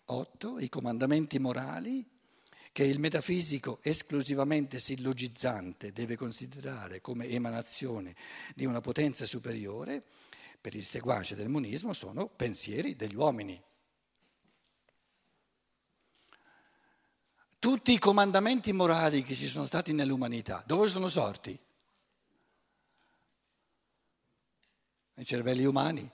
8, i comandamenti morali che il metafisico esclusivamente sillogizzante deve considerare come emanazione di una potenza superiore, per il seguace del monismo sono pensieri degli uomini. Tutti i comandamenti morali che ci sono stati nell'umanità, dove sono sorti? Nei cervelli umani.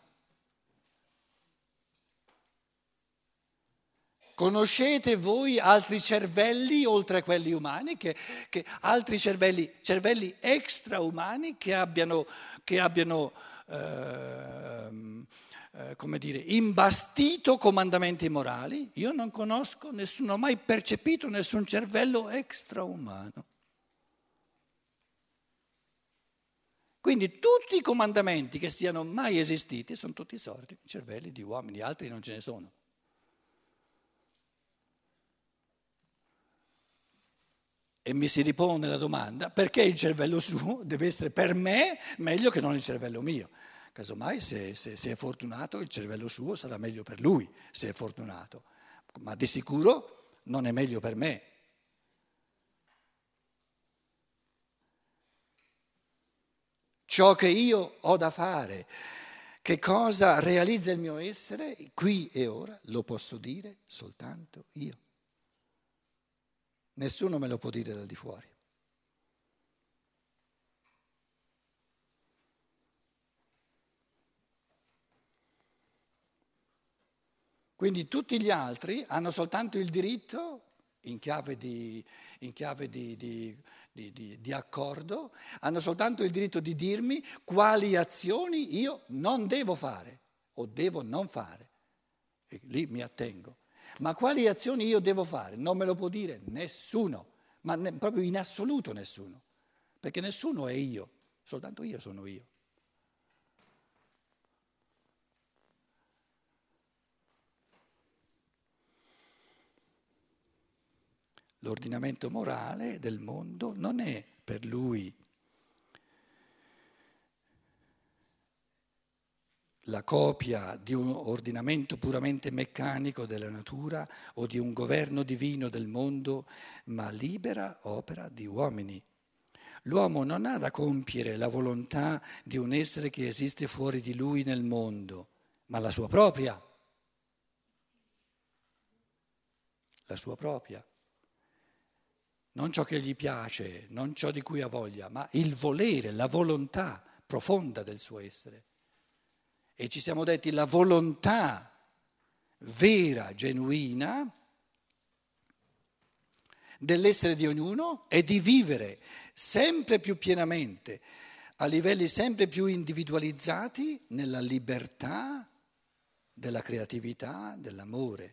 Conoscete voi altri cervelli oltre a quelli umani, che altri cervelli extraumani che abbiano come dire, imbastito comandamenti morali? Io non conosco nessuno, ho mai percepito nessun cervello extraumano. Quindi tutti i comandamenti che siano mai esistiti sono tutti sorti, cervelli di uomini, altri non ce ne sono. E mi si ripone la domanda, perché il cervello suo deve essere per me meglio che non il cervello mio? Casomai se è fortunato il cervello suo sarà meglio per lui, se è fortunato, ma di sicuro non è meglio per me. Ciò che io ho da fare, che cosa realizza il mio essere, qui e ora lo posso dire soltanto io. Nessuno me lo può dire dal di fuori. Quindi tutti gli altri hanno soltanto il diritto, in chiave di accordo, hanno soltanto il diritto di dirmi quali azioni io non devo fare o devo non fare. E lì mi attengo. Ma quali azioni io devo fare? Non me lo può dire nessuno, ma proprio in assoluto nessuno, perché nessuno è io, soltanto io sono io. L'ordinamento morale del mondo non è per lui la copia di un ordinamento puramente meccanico della natura o di un governo divino del mondo, ma libera opera di uomini. L'uomo non ha da compiere la volontà di un essere che esiste fuori di lui nel mondo, ma la sua propria. La sua propria. Non ciò che gli piace, non ciò di cui ha voglia, ma il volere, la volontà profonda del suo essere. E ci siamo detti la volontà vera, genuina dell'essere di ognuno è di vivere sempre più pienamente, a livelli sempre più individualizzati, nella libertà della creatività, dell'amore.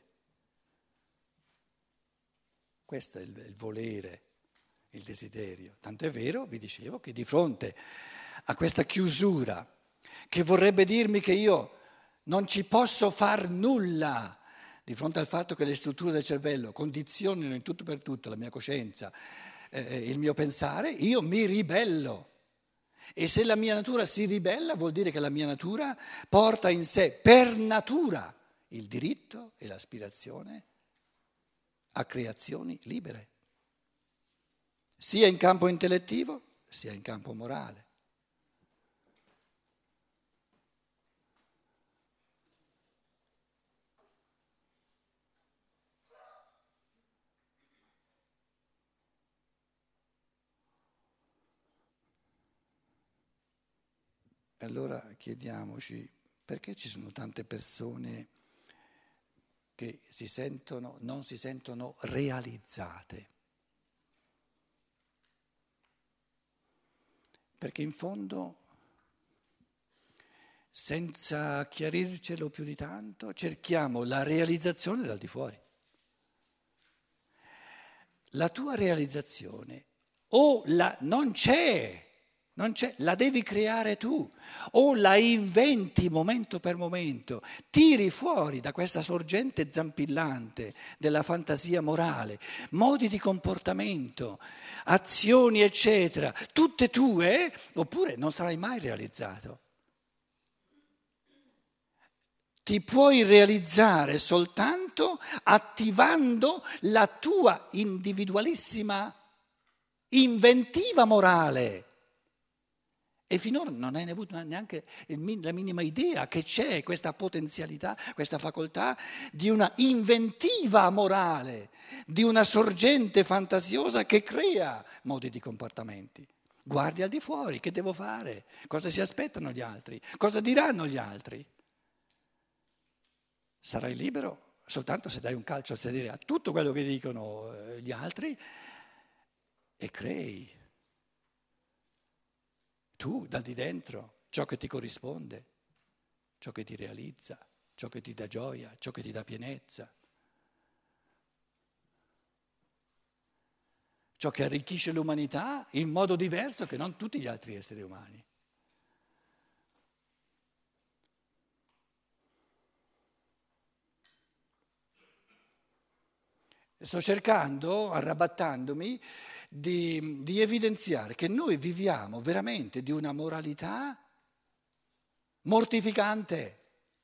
Questo è il volere, il desiderio. Tanto è vero, vi dicevo, che di fronte a questa chiusura, che vorrebbe dirmi che io non ci posso far nulla, di fronte al fatto che le strutture del cervello condizionino in tutto per tutto la mia coscienza, il mio pensare, io mi ribello. E se la mia natura si ribella, vuol dire che la mia natura porta in sé per natura il diritto e l'aspirazione a creazioni libere, sia in campo intellettivo, sia in campo morale. Allora chiediamoci perché ci sono tante persone che non si sentono realizzate. Perché in fondo, senza chiarircelo più di tanto, cerchiamo la realizzazione dal di fuori. La tua realizzazione non c'è, la devi creare tu, o la inventi momento per momento, tiri fuori da questa sorgente zampillante della fantasia morale, modi di comportamento, azioni eccetera, tutte tue, oppure non sarai mai realizzato. Ti puoi realizzare soltanto soltanto attivando la tua individualissima inventiva morale. E finora non hai avuto neanche la minima idea che c'è questa potenzialità, questa facoltà di una inventiva morale, di una sorgente fantasiosa che crea modi di comportamenti. Guardi al di fuori, che devo fare? Cosa si aspettano gli altri? Cosa diranno gli altri? Sarai libero soltanto se dai un calcio al sedere a tutto quello che dicono gli altri e crei. Tu, dal di dentro, ciò che ti corrisponde, ciò che ti realizza, ciò che ti dà gioia, ciò che ti dà pienezza, ciò che arricchisce l'umanità in modo diverso che non tutti gli altri esseri umani. Sto cercando, arrabattandomi, di evidenziare che noi viviamo veramente di una moralità mortificante,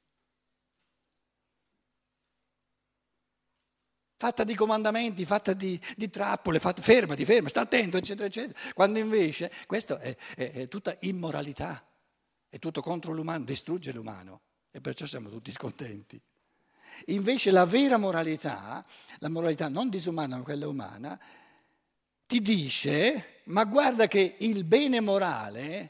fatta di comandamenti, fatta di trappole, fermati, sta attento, eccetera, eccetera. Quando invece questo è tutta immoralità, è tutto contro l'umano, distrugge l'umano e perciò siamo tutti scontenti. Invece la vera moralità, la moralità non disumana ma quella umana, ti dice, ma guarda che il bene morale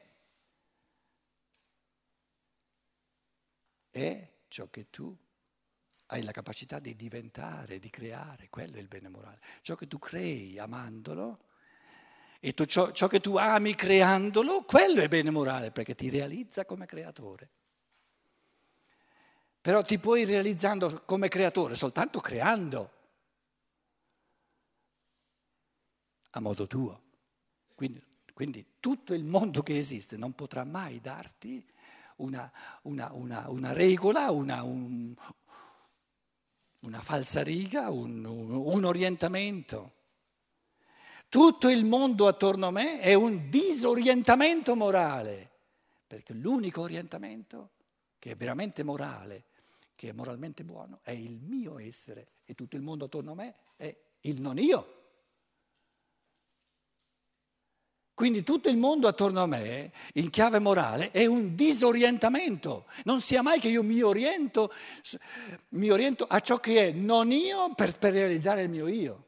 è ciò che tu hai la capacità di diventare, di creare, quello è il bene morale. Ciò che tu crei amandolo e ciò che tu ami creandolo, quello è bene morale perché ti realizza come creatore. Però ti puoi realizzando come creatore soltanto creando a modo tuo. Quindi tutto il mondo che esiste non potrà mai darti una regola, una falsariga, un orientamento. Tutto il mondo attorno a me è un disorientamento morale, perché l'unico orientamento che è veramente morale, che è moralmente buono, è il mio essere e tutto il mondo attorno a me è il non io. Quindi tutto il mondo attorno a me, in chiave morale, è un disorientamento. Non sia mai che io mi oriento a ciò che è non io per realizzare il mio io.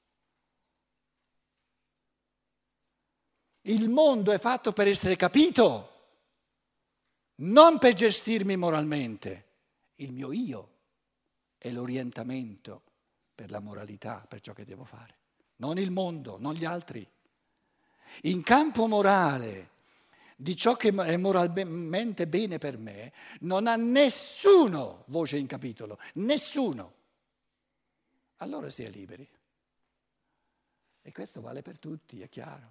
Il mondo è fatto per essere capito, non per gestirmi moralmente. Il mio io è l'orientamento per la moralità, per ciò che devo fare. Non il mondo, non gli altri. In campo morale, di ciò che è moralmente bene per me, non ha nessuno voce in capitolo, nessuno. Allora si è liberi. E questo vale per tutti, è chiaro.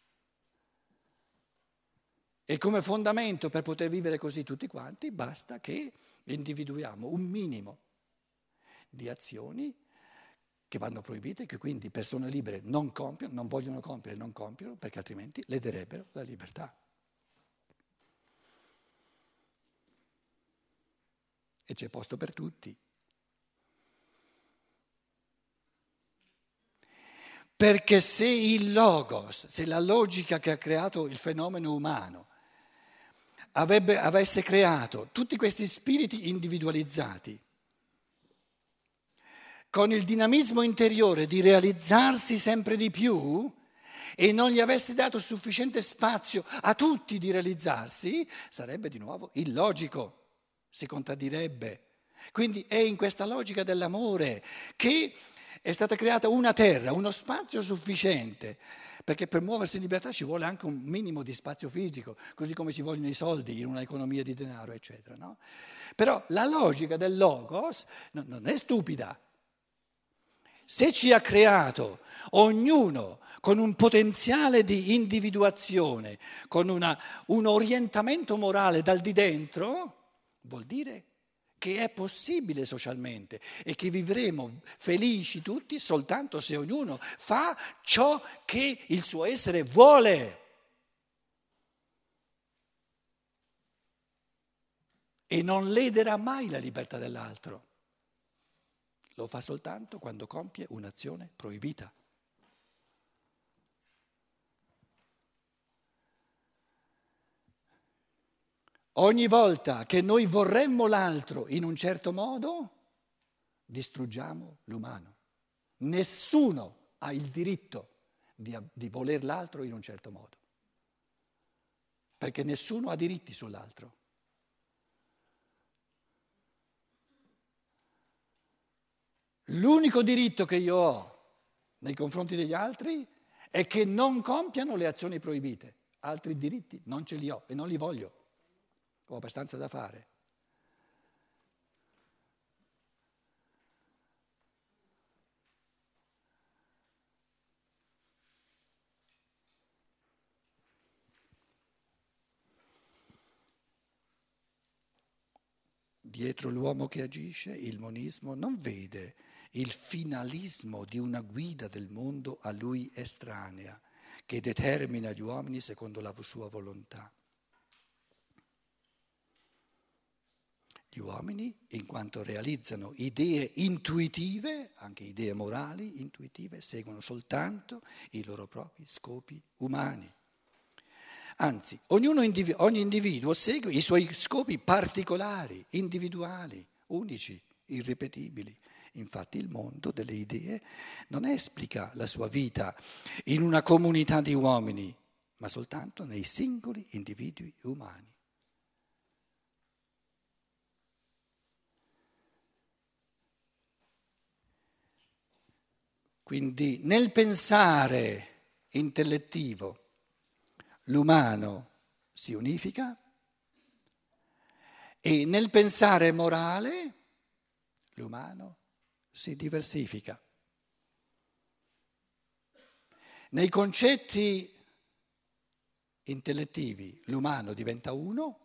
E come fondamento per poter vivere così tutti quanti, basta che individuiamo un minimo di azioni che vanno proibite, che quindi persone libere non compiono, non vogliono compiere, non compiono, perché altrimenti lederebbero la libertà. E c'è posto per tutti. Perché se il logos, se la logica che ha creato il fenomeno umano avesse creato tutti questi spiriti individualizzati, con il dinamismo interiore di realizzarsi sempre di più e non gli avesse dato sufficiente spazio a tutti di realizzarsi, sarebbe di nuovo illogico, si contraddirebbe. Quindi è in questa logica dell'amore che è stata creata una terra, uno spazio sufficiente, perché per muoversi in libertà ci vuole anche un minimo di spazio fisico, così come ci vogliono i soldi in un'economia di denaro, eccetera. No? Però la logica del logos non è stupida. Se ci ha creato ognuno con un potenziale di individuazione, con un orientamento morale dal di dentro, vuol dire che è possibile socialmente e che vivremo felici tutti soltanto se ognuno fa ciò che il suo essere vuole. E non lederà mai la libertà dell'altro. lo fa soltanto quando compie un'azione proibita. Ogni volta che noi vorremmo l'altro in un certo modo, distruggiamo l'umano. Nessuno ha il diritto di voler l'altro in un certo modo, perché nessuno ha diritti sull'altro. L'unico diritto che io ho nei confronti degli altri è che non compiano le azioni proibite. Altri diritti non ce li ho e non li voglio. Ho abbastanza da fare. Dietro l'uomo che agisce, il monismo non vede il finalismo di una guida del mondo a lui estranea, che determina gli uomini secondo la sua volontà. Gli uomini, in quanto realizzano idee intuitive, anche idee morali intuitive, seguono soltanto i loro propri scopi umani. Anzi, ogni individuo segue i suoi scopi particolari, individuali, unici, irripetibili. Infatti il mondo delle idee non esplica la sua vita in una comunità di uomini, ma soltanto nei singoli individui umani. Quindi nel pensare intellettivo l'umano si unifica e nel pensare morale l'umano si diversifica. Nei concetti intellettivi l'umano diventa uno,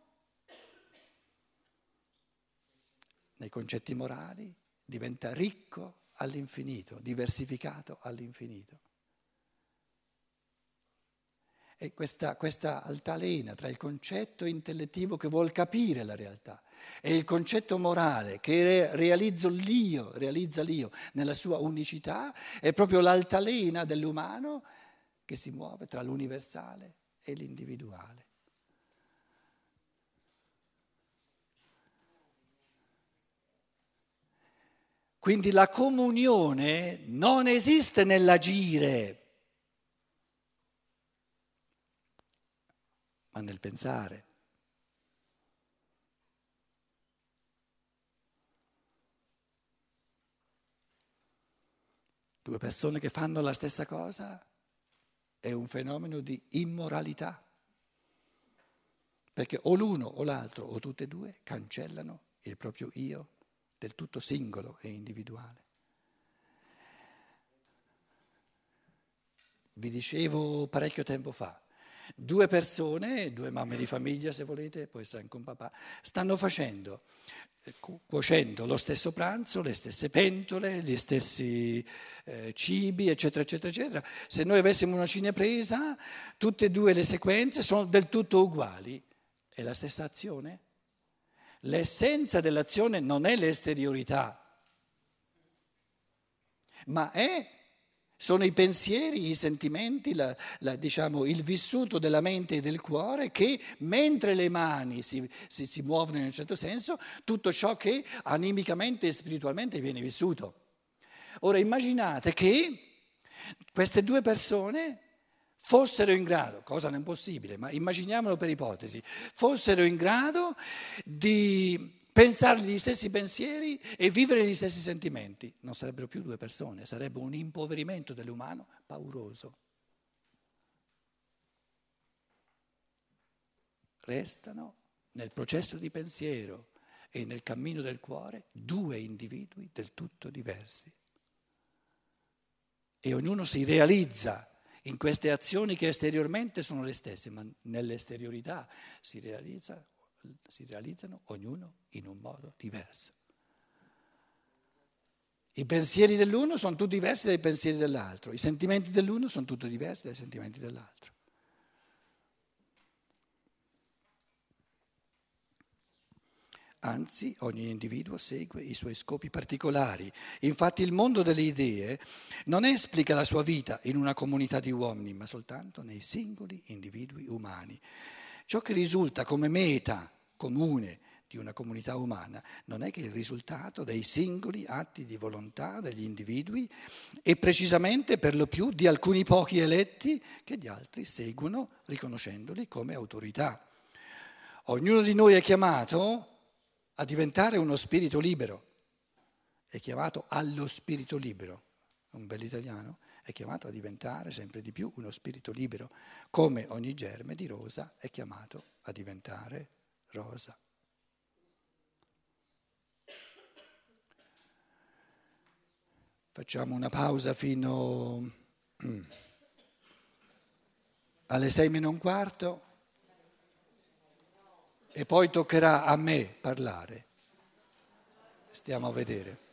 nei concetti morali diventa ricco all'infinito, diversificato all'infinito. E questa altalena tra il concetto intellettivo che vuol capire la realtà e il concetto morale che realizza l'io nella sua unicità è proprio l'altalena dell'umano che si muove tra l'universale e l'individuale. Quindi la comunione non esiste nell'agire, ma nel pensare. Due persone che fanno la stessa cosa è un fenomeno di immoralità, perché o l'uno o l'altro o tutte e due cancellano il proprio io del tutto singolo e individuale. Vi dicevo parecchio tempo fa, due persone, due mamme di famiglia se volete, può essere anche un papà, stanno cuocendo lo stesso pranzo, le stesse pentole, gli stessi cibi, eccetera, eccetera, eccetera. Se noi avessimo una cinepresa, tutte e due le sequenze sono del tutto uguali. È la stessa azione? L'essenza dell'azione non è l'esteriorità, ma sono i pensieri, i sentimenti, diciamo, il vissuto della mente e del cuore che, mentre le mani si muovono in un certo senso, tutto ciò che animicamente e spiritualmente viene vissuto. Ora immaginate che queste due persone fossero in grado, cosa non possibile, ma immaginiamolo per ipotesi, fossero in grado di pensare gli stessi pensieri e vivere gli stessi sentimenti, non sarebbero più due persone, sarebbe un impoverimento dell'umano pauroso. Restano nel processo di pensiero e nel cammino del cuore due individui del tutto diversi. E ognuno si realizza in queste azioni che esteriormente sono le stesse, ma nell'esteriorità si realizzano ognuno in un modo diverso. I pensieri dell'uno sono tutti diversi dai pensieri dell'altro, i sentimenti dell'uno sono tutti diversi dai sentimenti dell'altro. Anzi, ogni individuo segue i suoi scopi particolari. Infatti il mondo delle idee non esplica la sua vita in una comunità di uomini, ma soltanto nei singoli individui umani. Ciò che risulta come meta comune di una comunità umana non è che il risultato dei singoli atti di volontà degli individui e precisamente per lo più di alcuni pochi eletti che gli altri seguono riconoscendoli come autorità. Ognuno di noi è chiamato a diventare uno spirito libero, è chiamato allo spirito libero, un bel italiano, è chiamato a diventare sempre di più uno spirito libero, come ogni germe di rosa è chiamato a diventare rosa. Facciamo una pausa fino alle 6:45. E poi toccherà a me parlare. Stiamo a vedere.